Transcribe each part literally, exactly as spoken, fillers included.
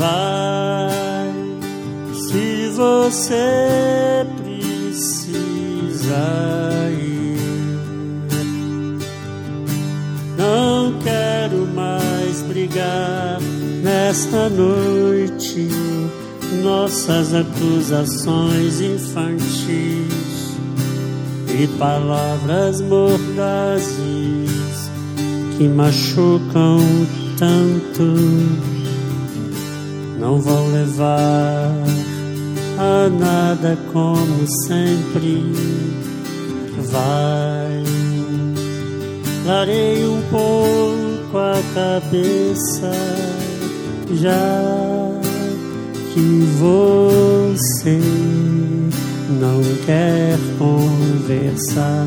Vai, se você precisa ir. Não quero mais brigar nesta noite. Nossas acusações infantis e palavras mordazes que machucam tanto não vão levar a nada como sempre. Vai, clarei um pouco a cabeça, já que você não quer conversar.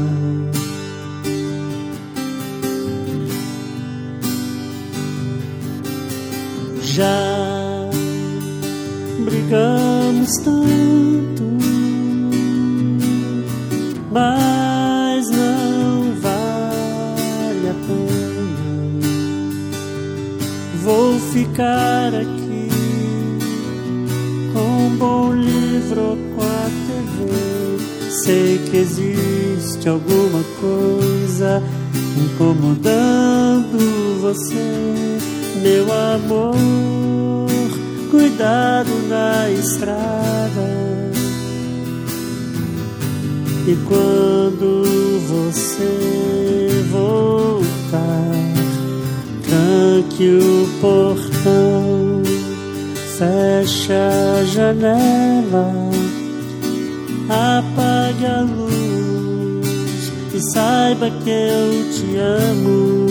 Já brigamos tanto, mas não vale a pena. Vou ficar aqui com um bom livro com a T V. Sei que existe alguma coisa incomodando você, meu amor. Cuidado na estrada, e quando você voltar, tranque o portão, feche a janela, apague a luz e saiba que eu te amo.